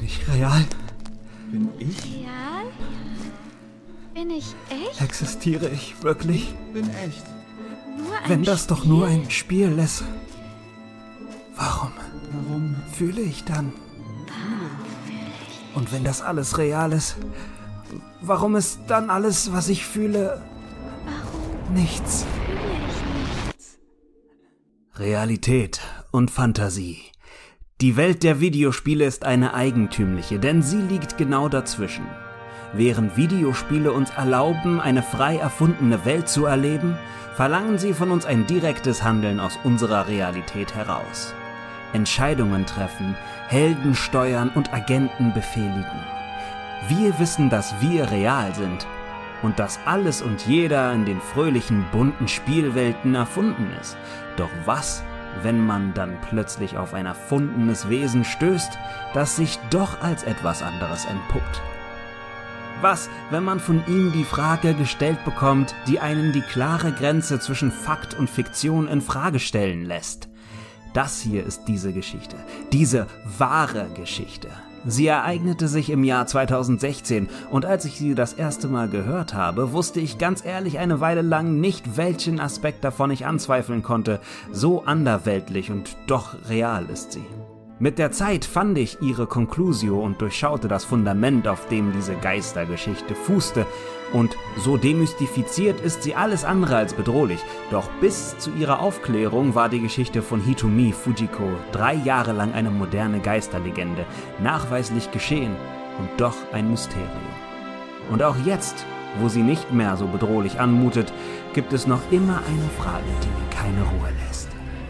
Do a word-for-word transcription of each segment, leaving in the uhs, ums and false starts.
ich real? Bin ich? Real? Bin ich echt? Existiere ich wirklich? Bin echt. Nur ein Wenn das Spiel? doch nur ein Spiel ist, warum Warum? fühle ich dann? Fühl ich. Und wenn das alles real ist, warum ist dann alles, was ich fühle, Warum nichts? fühle ich nichts? Realität und Fantasie. Die Welt der Videospiele ist eine eigentümliche, denn sie liegt genau dazwischen. Während Videospiele uns erlauben, eine frei erfundene Welt zu erleben, verlangen sie von uns ein direktes Handeln aus unserer Realität heraus. Entscheidungen treffen, Helden steuern und Agenten befehligen. Wir wissen, dass wir real sind und dass alles und jeder in den fröhlichen, bunten Spielwelten erfunden ist. Doch was, wenn man dann plötzlich auf ein erfundenes Wesen stößt, das sich doch als etwas anderes entpuppt? Was, wenn man von ihm die Frage gestellt bekommt, die einen die klare Grenze zwischen Fakt und Fiktion in Frage stellen lässt? Das hier ist diese Geschichte, diese wahre Geschichte. Sie ereignete sich im Jahr zweitausendsechzehn und als ich sie das erste Mal gehört habe, wusste ich ganz ehrlich eine Weile lang nicht, welchen Aspekt davon ich anzweifeln konnte. So anderweltlich und doch real ist sie. Mit der Zeit fand ich ihre Conclusio und durchschaute das Fundament, auf dem diese Geistergeschichte fußte. Und so demystifiziert ist sie alles andere als bedrohlich. Doch bis zu ihrer Aufklärung war die Geschichte von Hitomi Fujiko drei Jahre lang eine moderne Geisterlegende, nachweislich geschehen und doch ein Mysterium. Und auch jetzt, wo sie nicht mehr so bedrohlich anmutet, gibt es noch immer eine Frage, die mir keine Ruhe lässt.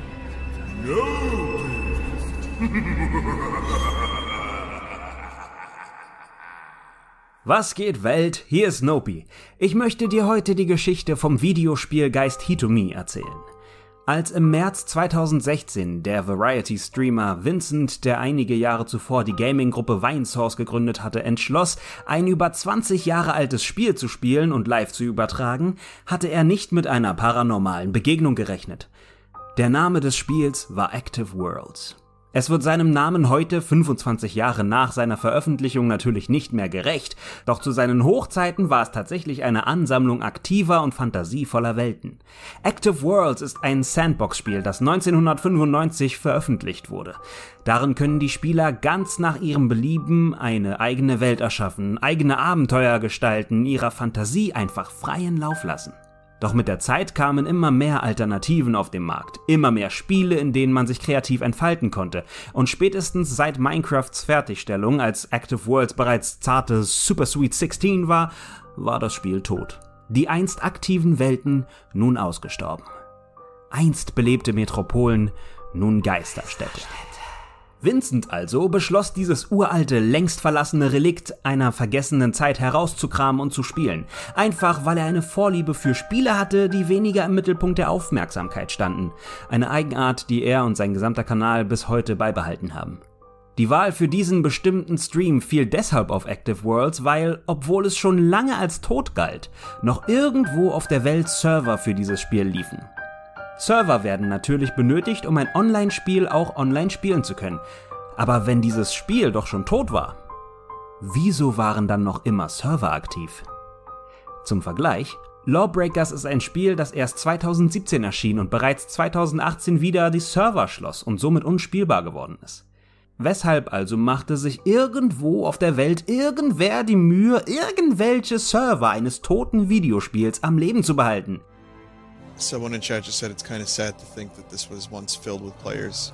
No! Was geht, Welt? Hier ist Nopi. Ich möchte dir heute die Geschichte vom Videospielgeist Hitomi erzählen. Als im März zweitausendsechzehn der Variety-Streamer Vincent, der einige Jahre zuvor die Gaming-Gruppe Vinesource gegründet hatte, entschloss, ein über zwanzig Jahre altes Spiel zu spielen und live zu übertragen, hatte er nicht mit einer paranormalen Begegnung gerechnet. Der Name des Spiels war Active Worlds. Es wird seinem Namen heute, fünfundzwanzig Jahre nach seiner Veröffentlichung, natürlich nicht mehr gerecht, doch zu seinen Hochzeiten war es tatsächlich eine Ansammlung aktiver und fantasievoller Welten. Active Worlds ist ein Sandbox-Spiel, das neunzehnhundertfünfundneunzig veröffentlicht wurde. Darin können die Spieler ganz nach ihrem Belieben eine eigene Welt erschaffen, eigene Abenteuer gestalten, ihrer Fantasie einfach freien Lauf lassen. Doch mit der Zeit kamen immer mehr Alternativen auf den Markt, immer mehr Spiele, in denen man sich kreativ entfalten konnte. Und spätestens seit Minecrafts Fertigstellung, als Active Worlds bereits zarte Super Sweet sechzehn war, war das Spiel tot. Die einst aktiven Welten nun ausgestorben. Einst belebte Metropolen, nun Geisterstädte. Vincent also beschloss, dieses uralte, längst verlassene Relikt einer vergessenen Zeit herauszukramen und zu spielen. Einfach, weil er eine Vorliebe für Spiele hatte, die weniger im Mittelpunkt der Aufmerksamkeit standen. Eine Eigenart, die er und sein gesamter Kanal bis heute beibehalten haben. Die Wahl für diesen bestimmten Stream fiel deshalb auf Active Worlds, weil, obwohl es schon lange als tot galt, noch irgendwo auf der Welt Server für dieses Spiel liefen. Server werden natürlich benötigt, um ein Online-Spiel auch online spielen zu können. Aber wenn dieses Spiel doch schon tot war, wieso waren dann noch immer Server aktiv? Zum Vergleich, Lawbreakers ist ein Spiel, das erst zweitausendsiebzehn erschien und bereits zweitausendachtzehn wieder die Server schloss und somit unspielbar geworden ist. Weshalb also machte sich irgendwo auf der Welt irgendwer die Mühe, irgendwelche Server eines toten Videospiels am Leben zu behalten? Someone in chat just said it's kind of sad to think that this was once filled with players.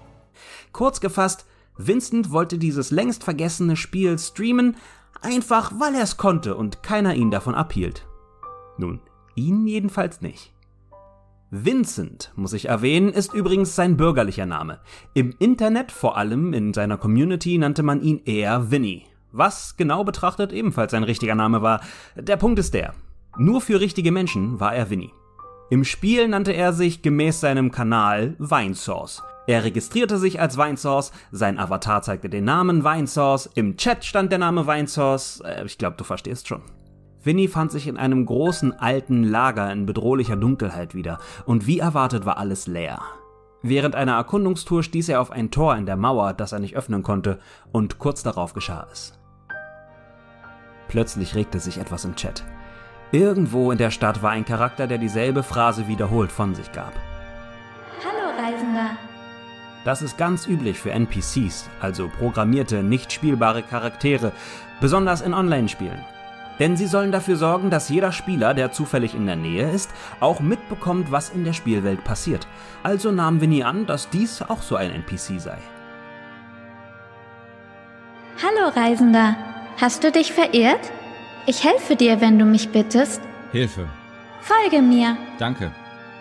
Kurz gefasst, Vincent wollte dieses längst vergessene Spiel streamen, einfach weil er es konnte und keiner ihn davon abhielt. Nun, ihn jedenfalls nicht. Vincent, muss ich erwähnen, ist übrigens sein bürgerlicher Name. Im Internet, vor allem in seiner Community, nannte man ihn eher Vinny. Was genau betrachtet ebenfalls sein richtiger Name war. Der Punkt ist der: Nur für richtige Menschen war er Vinny. Im Spiel nannte er sich gemäß seinem Kanal Vinesource. Er registrierte sich als Vinesource, sein Avatar zeigte den Namen Vinesource, im Chat stand der Name Vinesource, äh, ich glaube, du verstehst schon. Vinny fand sich in einem großen alten Lager in bedrohlicher Dunkelheit wieder und wie erwartet war alles leer. Während einer Erkundungstour stieß er auf ein Tor in der Mauer, das er nicht öffnen konnte, und kurz darauf geschah es. Plötzlich regte sich etwas im Chat. Irgendwo in der Stadt war ein Charakter, der dieselbe Phrase wiederholt von sich gab. Hallo Reisender. Das ist ganz üblich für N P Cs, also programmierte, nicht spielbare Charaktere, besonders in Online-Spielen. Denn sie sollen dafür sorgen, dass jeder Spieler, der zufällig in der Nähe ist, auch mitbekommt, was in der Spielwelt passiert. Also nahmen Winnie an, dass dies auch so ein N P C sei. Hallo Reisender. Hast du dich verirrt? Ich helfe dir, wenn du mich bittest. Hilfe. Folge mir. Danke.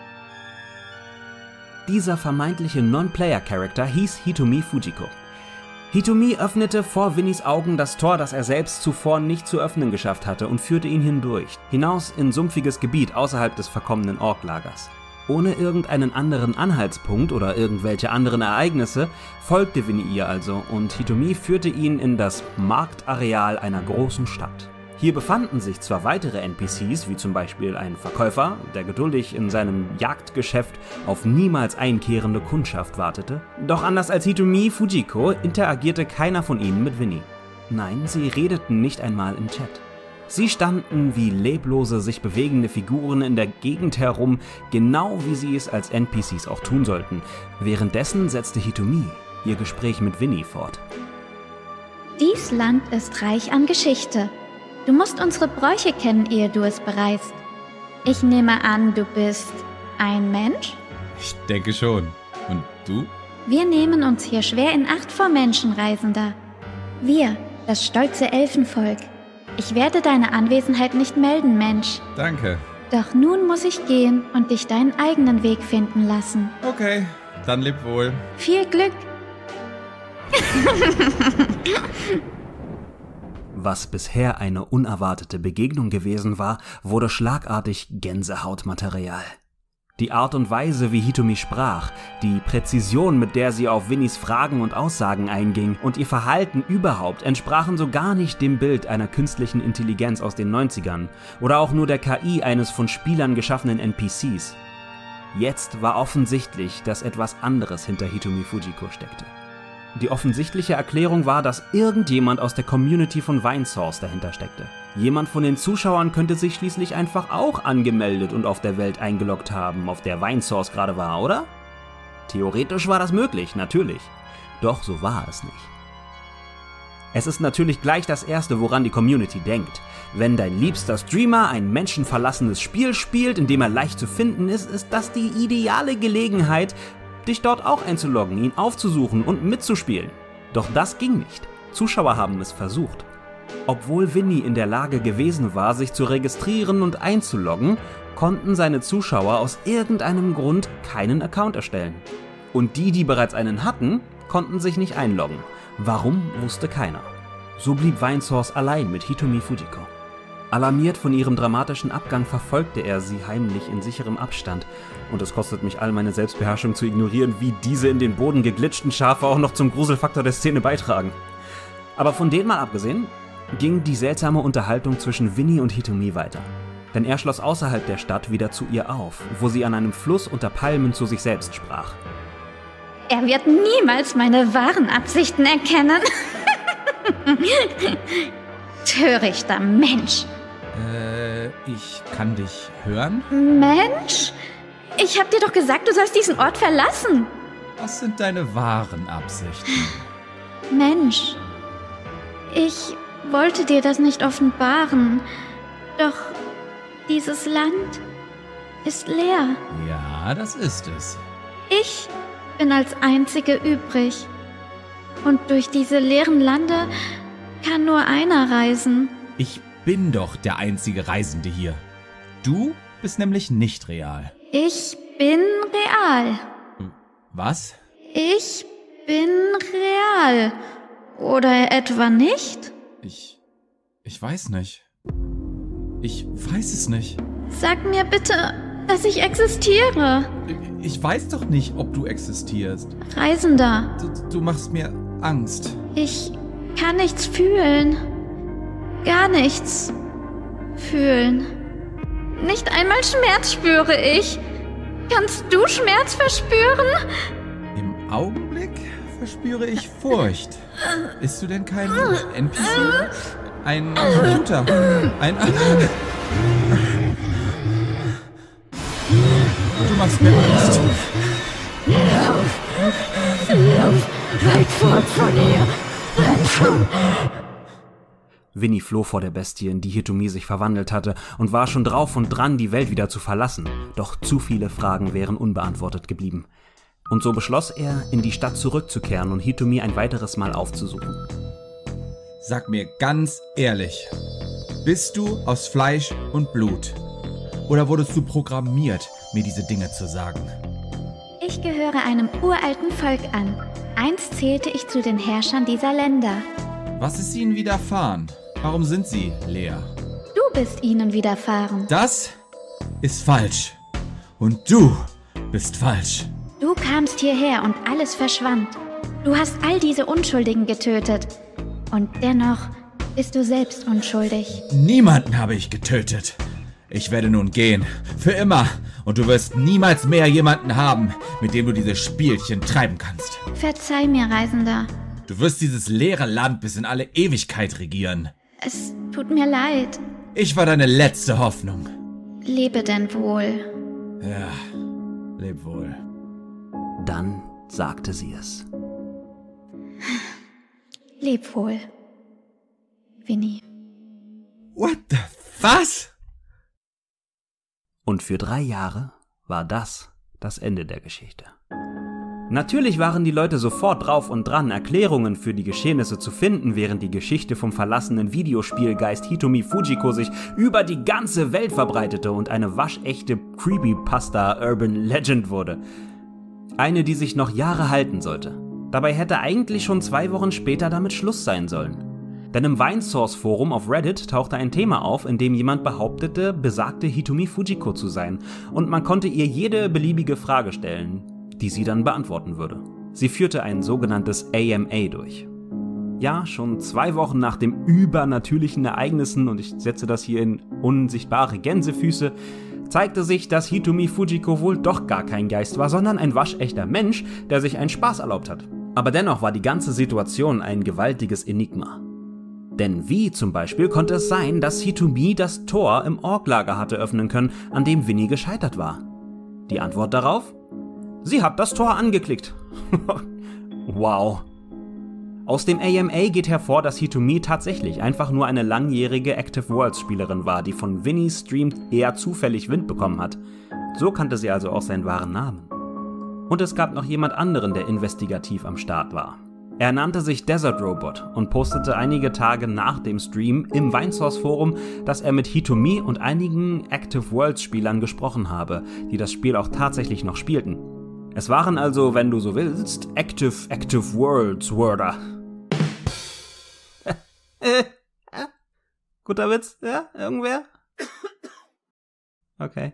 Dieser vermeintliche Non-Player-Charakter hieß Hitomi Fujiko. Hitomi öffnete vor Winnies Augen das Tor, das er selbst zuvor nicht zu öffnen geschafft hatte, und führte ihn hindurch, hinaus in sumpfiges Gebiet außerhalb des verkommenen Orklagers. Ohne irgendeinen anderen Anhaltspunkt oder irgendwelche anderen Ereignisse folgte Winnie ihr also, und Hitomi führte ihn in das Marktareal einer großen Stadt. Hier befanden sich zwar weitere N P Cs, wie zum Beispiel ein Verkäufer, der geduldig in seinem Jagdgeschäft auf niemals einkehrende Kundschaft wartete, doch anders als Hitomi Fujiko interagierte keiner von ihnen mit Winnie. Nein, sie redeten nicht einmal im Chat. Sie standen wie leblose, sich bewegende Figuren in der Gegend herum, genau wie sie es als N P Cs auch tun sollten. Währenddessen setzte Hitomi ihr Gespräch mit Winnie fort. Dies Land ist reich an Geschichte. Du musst unsere Bräuche kennen, ehe du es bereist. Ich nehme an, du bist ein Mensch? Ich denke schon. Und du? Wir nehmen uns hier schwer in Acht vor Menschen, Reisender. Wir, das stolze Elfenvolk. Ich werde deine Anwesenheit nicht melden, Mensch. Danke. Doch nun muss ich gehen und dich deinen eigenen Weg finden lassen. Okay, dann leb wohl. Viel Glück! Was bisher eine unerwartete Begegnung gewesen war, wurde schlagartig Gänsehautmaterial. Die Art und Weise, wie Hitomi sprach, die Präzision, mit der sie auf Winnies Fragen und Aussagen einging und ihr Verhalten überhaupt entsprachen so gar nicht dem Bild einer künstlichen Intelligenz aus den neunzigern oder auch nur der K I eines von Spielern geschaffenen N P Cs. Jetzt war offensichtlich, dass etwas anderes hinter Hitomi Fujiko steckte. Die offensichtliche Erklärung war, dass irgendjemand aus der Community von Vinesource dahinter steckte. Jemand von den Zuschauern könnte sich schließlich einfach auch angemeldet und auf der Welt eingeloggt haben, auf der Vinesource gerade war, oder? Theoretisch war das möglich, natürlich. Doch so war es nicht. Es ist natürlich gleich das Erste, woran die Community denkt. Wenn dein liebster Streamer ein menschenverlassenes Spiel spielt, in dem er leicht zu finden ist, ist das die ideale Gelegenheit, dich dort auch einzuloggen, ihn aufzusuchen und mitzuspielen. Doch das ging nicht. Zuschauer haben es versucht. Obwohl Winnie in der Lage gewesen war, sich zu registrieren und einzuloggen, konnten seine Zuschauer aus irgendeinem Grund keinen Account erstellen. Und die, die bereits einen hatten, konnten sich nicht einloggen. Warum, wusste keiner. So blieb Vinesource allein mit Hitomi Fujiko. Alarmiert von ihrem dramatischen Abgang verfolgte er sie heimlich in sicherem Abstand. Und es kostet mich all meine Selbstbeherrschung zu ignorieren, wie diese in den Boden geglitschten Schafe auch noch zum Gruselfaktor der Szene beitragen. Aber von denen mal abgesehen, ging die seltsame Unterhaltung zwischen Winnie und Hitomi weiter. Denn er schloss außerhalb der Stadt wieder zu ihr auf, wo sie an einem Fluss unter Palmen zu sich selbst sprach. Er wird niemals meine wahren Absichten erkennen. Törichter Mensch. Äh, ich kann dich hören? Mensch? Ich hab dir doch gesagt, du sollst diesen Ort verlassen. Was sind deine wahren Absichten? Mensch, ich wollte dir das nicht offenbaren. Doch dieses Land ist leer. Ja, das ist es. Ich bin als Einzige übrig. Und durch diese leeren Lande kann nur einer reisen. Ich bin doch der einzige Reisende hier. Du bist nämlich nicht real. Ich bin real. Was? Ich bin real. Oder etwa nicht? Ich... ich weiß nicht. Ich weiß es nicht. Sag mir bitte, dass ich existiere. Ich weiß doch nicht, ob du existierst. Reisender. Du, du machst mir Angst. Ich kann nichts fühlen. Gar nichts fühlen. Nicht einmal Schmerz spüre ich. Kannst du Schmerz verspüren? Im Augenblick verspüre ich Furcht. Bist du denn kein N P C? Ein Computer? Ein... Du machst mir Angst. Lauf! Lauf! Weit fort von hier! Bleib schon! Winnie floh vor der Bestie, in die Hitomi sich verwandelt hatte, und war schon drauf und dran, die Welt wieder zu verlassen. Doch zu viele Fragen wären unbeantwortet geblieben. Und so beschloss er, in die Stadt zurückzukehren und Hitomi ein weiteres Mal aufzusuchen. Sag mir ganz ehrlich, bist du aus Fleisch und Blut? Oder wurdest du programmiert, mir diese Dinge zu sagen? Ich gehöre einem uralten Volk an. Einst zählte ich zu den Herrschern dieser Länder. Was ist ihnen widerfahren? Warum sind sie leer? Du bist ihnen widerfahren. Das ist falsch. Und du bist falsch. Du kamst hierher und alles verschwand. Du hast all diese Unschuldigen getötet. Und dennoch bist du selbst unschuldig. Niemanden habe ich getötet. Ich werde nun gehen. Für immer. Und du wirst niemals mehr jemanden haben, mit dem du diese Spielchen treiben kannst. Verzeih mir, Reisender. Du wirst dieses leere Land bis in alle Ewigkeit regieren. Es tut mir leid. Ich war deine letzte Hoffnung. Lebe denn wohl. Ja, leb wohl. Dann sagte sie es. Leb wohl. Winnie. What the... Was? Und für drei Jahre war das das Ende der Geschichte. Natürlich waren die Leute sofort drauf und dran, Erklärungen für die Geschehnisse zu finden, während die Geschichte vom verlassenen Videospielgeist Hitomi Fujiko sich über die ganze Welt verbreitete und eine waschechte Creepypasta-Urban Legend wurde. Eine, die sich noch Jahre halten sollte. Dabei hätte eigentlich schon zwei Wochen später damit Schluss sein sollen. Denn im Vinesource-Forum auf Reddit tauchte ein Thema auf, in dem jemand behauptete, besagte Hitomi Fujiko zu sein, und man konnte ihr jede beliebige Frage stellen, die sie dann beantworten würde. Sie führte ein sogenanntes A M A durch. Ja, schon zwei Wochen nach den übernatürlichen Ereignissen, und ich setze das hier in unsichtbare Gänsefüße, zeigte sich, dass Hitomi Fujiko wohl doch gar kein Geist war, sondern ein waschechter Mensch, der sich einen Spaß erlaubt hat. Aber dennoch war die ganze Situation ein gewaltiges Enigma. Denn wie zum Beispiel konnte es sein, dass Hitomi das Tor im Orklager hatte öffnen können, an dem Winnie gescheitert war? Die Antwort darauf? Sie hat das Tor angeklickt. Wow. Aus dem A M A geht hervor, dass Hitomi tatsächlich einfach nur eine langjährige Active Worlds Spielerin war, die von Winnies Stream eher zufällig Wind bekommen hat. So kannte sie also auch seinen wahren Namen. Und es gab noch jemand anderen, der investigativ am Start war. Er nannte sich Desert Robot und postete einige Tage nach dem Stream im Vinesource Forum, dass er mit Hitomi und einigen Active Worlds Spielern gesprochen habe, die das Spiel auch tatsächlich noch spielten. Es waren also, wenn du so willst, Active Active Worlds Worder. äh, äh, guter Witz, ja? Irgendwer? Okay.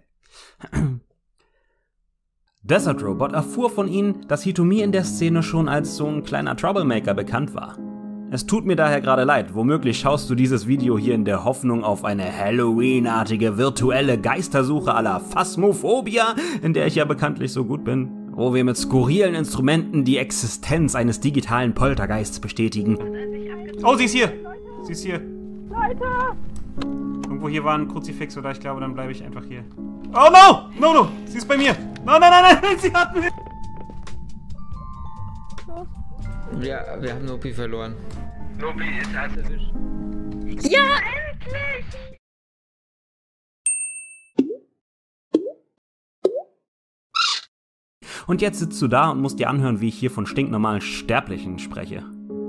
Desert Robot erfuhr von ihnen, dass Hitomi in der Szene schon als so ein kleiner Troublemaker bekannt war. Es tut mir daher gerade leid, womöglich schaust du dieses Video hier in der Hoffnung auf eine Halloween-artige virtuelle Geistersuche à la Phasmophobia, in der ich ja bekanntlich so gut bin, wo wir mit skurrilen Instrumenten die Existenz eines digitalen Poltergeists bestätigen. Oh, sie ist hier! Sie ist hier. Leute! Irgendwo hier war ein Kruzifix, oder ich glaube, dann bleibe ich einfach hier. Oh no! No, no! Sie ist bei mir! Nein, nein, nein, nein! Sie hat mich! Ja, wir haben Nopi verloren. Nopi ist halt erwischt. Ja, endlich! Und jetzt sitzt du da und musst dir anhören, wie ich hier von stinknormalen Sterblichen spreche.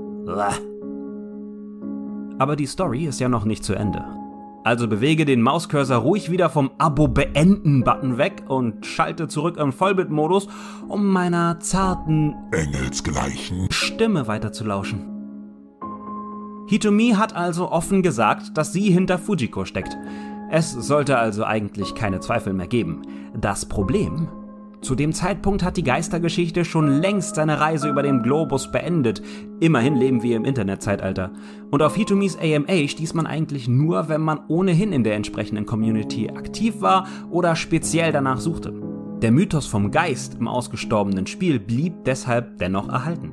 Aber die Story ist ja noch nicht zu Ende. Also bewege den Mauscursor ruhig wieder vom Abo-Beenden-Button weg und schalte zurück im Vollbit-Modus, um meiner zarten, engelsgleichen Stimme weiter zu lauschen. Hitomi hat also offen gesagt, dass sie hinter Fujiko steckt. Es sollte also eigentlich keine Zweifel mehr geben. Das Problem: Zu dem Zeitpunkt hat die Geistergeschichte schon längst seine Reise über den Globus beendet. Immerhin leben wir im Internetzeitalter. Und auf Hitomis A M A stieß man eigentlich nur, wenn man ohnehin in der entsprechenden Community aktiv war oder speziell danach suchte. Der Mythos vom Geist im ausgestorbenen Spiel blieb deshalb dennoch erhalten.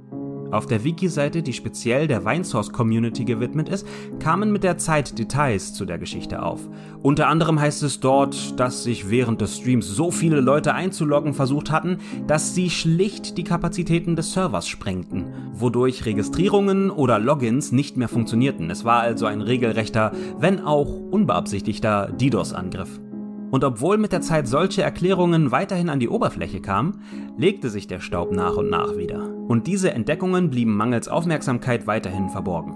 Auf der Wiki-Seite, die speziell der Vinesource-Community gewidmet ist, kamen mit der Zeit Details zu der Geschichte auf. Unter anderem heißt es dort, dass sich während des Streams so viele Leute einzuloggen versucht hatten, dass sie schlicht die Kapazitäten des Servers sprengten, wodurch Registrierungen oder Logins nicht mehr funktionierten. Es war also ein regelrechter, wenn auch unbeabsichtigter DDoS-Angriff. Und obwohl mit der Zeit solche Erklärungen weiterhin an die Oberfläche kamen, legte sich der Staub nach und nach wieder. Und diese Entdeckungen blieben mangels Aufmerksamkeit weiterhin verborgen.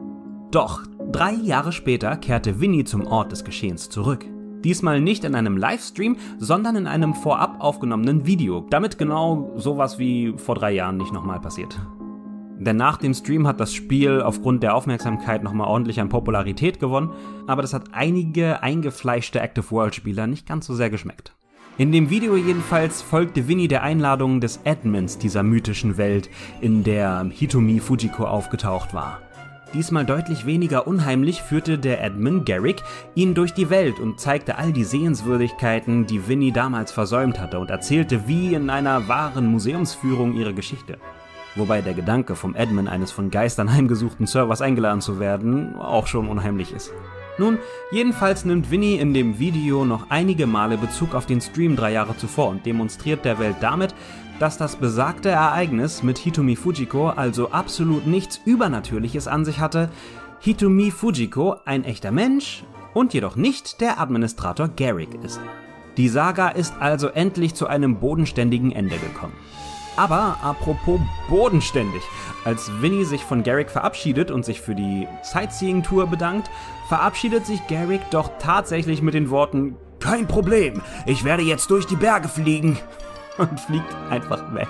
Doch drei Jahre später kehrte Vinny zum Ort des Geschehens zurück. Diesmal nicht in einem Livestream, sondern in einem vorab aufgenommenen Video, damit genau sowas wie vor drei Jahren nicht nochmal passiert. Denn nach dem Stream hat das Spiel aufgrund der Aufmerksamkeit nochmal ordentlich an Popularität gewonnen, aber das hat einige eingefleischte Active World-Spieler nicht ganz so sehr geschmeckt. In dem Video jedenfalls folgte Vinny der Einladung des Admins dieser mythischen Welt, in der Hitomi Fujiko aufgetaucht war. Diesmal deutlich weniger unheimlich führte der Admin Garrick ihn durch die Welt und zeigte all die Sehenswürdigkeiten, die Vinny damals versäumt hatte, und erzählte wie in einer wahren Museumsführung ihre Geschichte. Wobei der Gedanke, vom Admin eines von Geistern heimgesuchten Servers eingeladen zu werden, auch schon unheimlich ist. Nun, jedenfalls nimmt Vinny in dem Video noch einige Male Bezug auf den Stream drei Jahre zuvor und demonstriert der Welt damit, dass das besagte Ereignis mit Hitomi Fujiko also absolut nichts Übernatürliches an sich hatte, Hitomi Fujiko ein echter Mensch und jedoch nicht der Administrator Garrick ist. Die Saga ist also endlich zu einem bodenständigen Ende gekommen. Aber apropos bodenständig, als Vinny sich von Garrick verabschiedet und sich für die Sightseeing-Tour bedankt, verabschiedet sich Garrick doch tatsächlich mit den Worten „Kein Problem, ich werde jetzt durch die Berge fliegen" und fliegt einfach weg.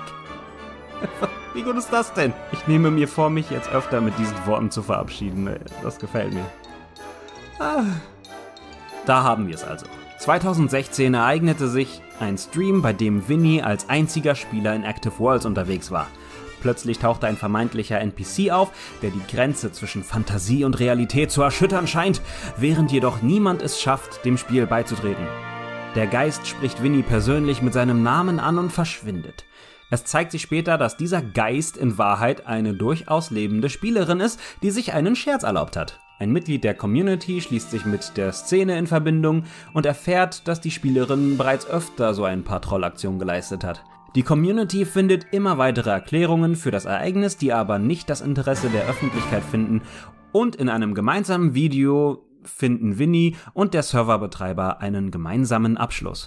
Wie gut ist das denn? Ich nehme mir vor, mich jetzt öfter mit diesen Worten zu verabschieden. Das gefällt mir. Ah. Da haben wir es also. zweitausendsechzehn ereignete sich ein Stream, bei dem Vinny als einziger Spieler in Active Worlds unterwegs war. Plötzlich tauchte ein vermeintlicher N P C auf, der die Grenze zwischen Fantasie und Realität zu erschüttern scheint, während jedoch niemand es schafft, dem Spiel beizutreten. Der Geist spricht Vinny persönlich mit seinem Namen an und verschwindet. Es zeigt sich später, dass dieser Geist in Wahrheit eine durchaus lebende Spielerin ist, die sich einen Scherz erlaubt hat. Ein Mitglied der Community schließt sich mit der Szene in Verbindung und erfährt, dass die Spielerin bereits öfter so ein paar Trollaktionen geleistet hat. Die Community findet immer weitere Erklärungen für das Ereignis, die aber nicht das Interesse der Öffentlichkeit finden, und in einem gemeinsamen Video finden Vinny und der Serverbetreiber einen gemeinsamen Abschluss.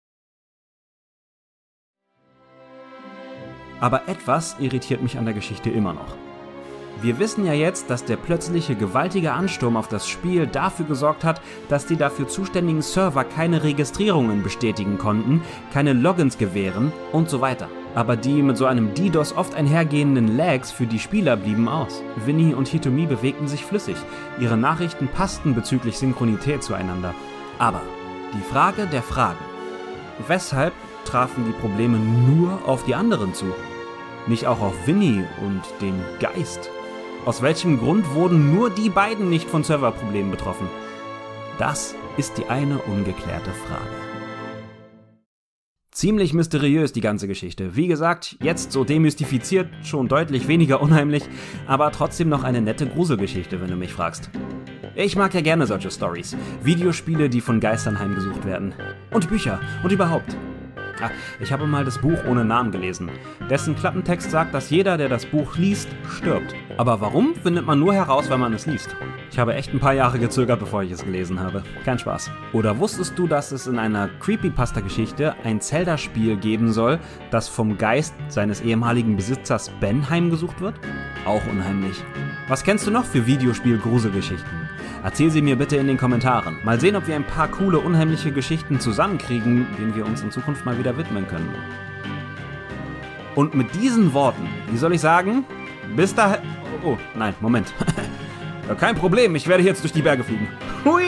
Aber etwas irritiert mich an der Geschichte immer noch. Wir wissen ja jetzt, dass der plötzliche gewaltige Ansturm auf das Spiel dafür gesorgt hat, dass die dafür zuständigen Server keine Registrierungen bestätigen konnten, keine Logins gewähren und so weiter. Aber die mit so einem DDoS oft einhergehenden Lags für die Spieler blieben aus. Vinny und Hitomi bewegten sich flüssig, ihre Nachrichten passten bezüglich Synchronität zueinander. Aber die Frage der Fragen: Weshalb trafen die Probleme nur auf die anderen zu? Nicht auch auf Vinny und den Geist? Aus welchem Grund wurden nur die beiden nicht von Serverproblemen betroffen? Das ist die eine ungeklärte Frage. Ziemlich mysteriös die ganze Geschichte. Wie gesagt, jetzt so demystifiziert, schon deutlich weniger unheimlich, aber trotzdem noch eine nette Gruselgeschichte, wenn du mich fragst. Ich mag ja gerne solche Stories. Videospiele, die von Geistern heimgesucht werden. Und Bücher. Und überhaupt. Ah, ich habe mal das Buch ohne Namen gelesen. Dessen Klappentext sagt, dass jeder, der das Buch liest, stirbt. Aber warum, findet man nur heraus, wenn man es liest. Ich habe echt ein paar Jahre gezögert, bevor ich es gelesen habe. Kein Spaß. Oder wusstest du, dass es in einer Creepypasta-Geschichte ein Zelda-Spiel geben soll, das vom Geist seines ehemaligen Besitzers Ben heimgesucht wird? Auch unheimlich. Was kennst du noch für Videospiel-Gruselgeschichten? Erzähl sie mir bitte in den Kommentaren. Mal sehen, ob wir ein paar coole, unheimliche Geschichten zusammenkriegen, denen wir uns in Zukunft mal wieder widmen können. Und mit diesen Worten, wie soll ich sagen, bis dahin... Oh, nein, Moment. Ja, kein Problem, ich werde jetzt durch die Berge fliegen. Hui!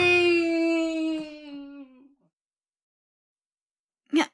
Ja.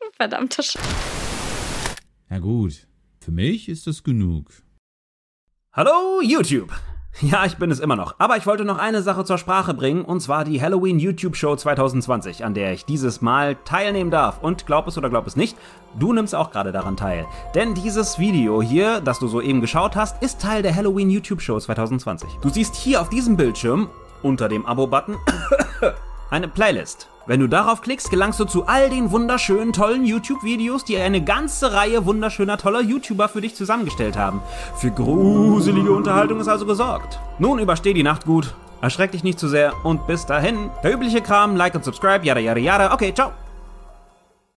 Verdammter Sch... Na gut, für mich ist das genug. Hallo YouTube! Ja, ich bin es immer noch. Aber ich wollte noch eine Sache zur Sprache bringen, und zwar die Halloween YouTube Show zwanzig zwanzig, an der ich dieses Mal teilnehmen darf. Und glaub es oder glaub es nicht, du nimmst auch gerade daran teil. Denn dieses Video hier, das du soeben geschaut hast, ist Teil der Halloween YouTube Show zwanzig zwanzig. Du siehst hier auf diesem Bildschirm, unter dem Abo-Button, eine Playlist. Wenn du darauf klickst, gelangst du zu all den wunderschönen, tollen YouTube-Videos, die eine ganze Reihe wunderschöner, toller YouTuber für dich zusammengestellt haben. Für gruselige Unterhaltung ist also gesorgt. Nun übersteh die Nacht gut, erschreck dich nicht zu sehr und bis dahin. Der übliche Kram, Like und Subscribe, yada yada yada. Okay, ciao.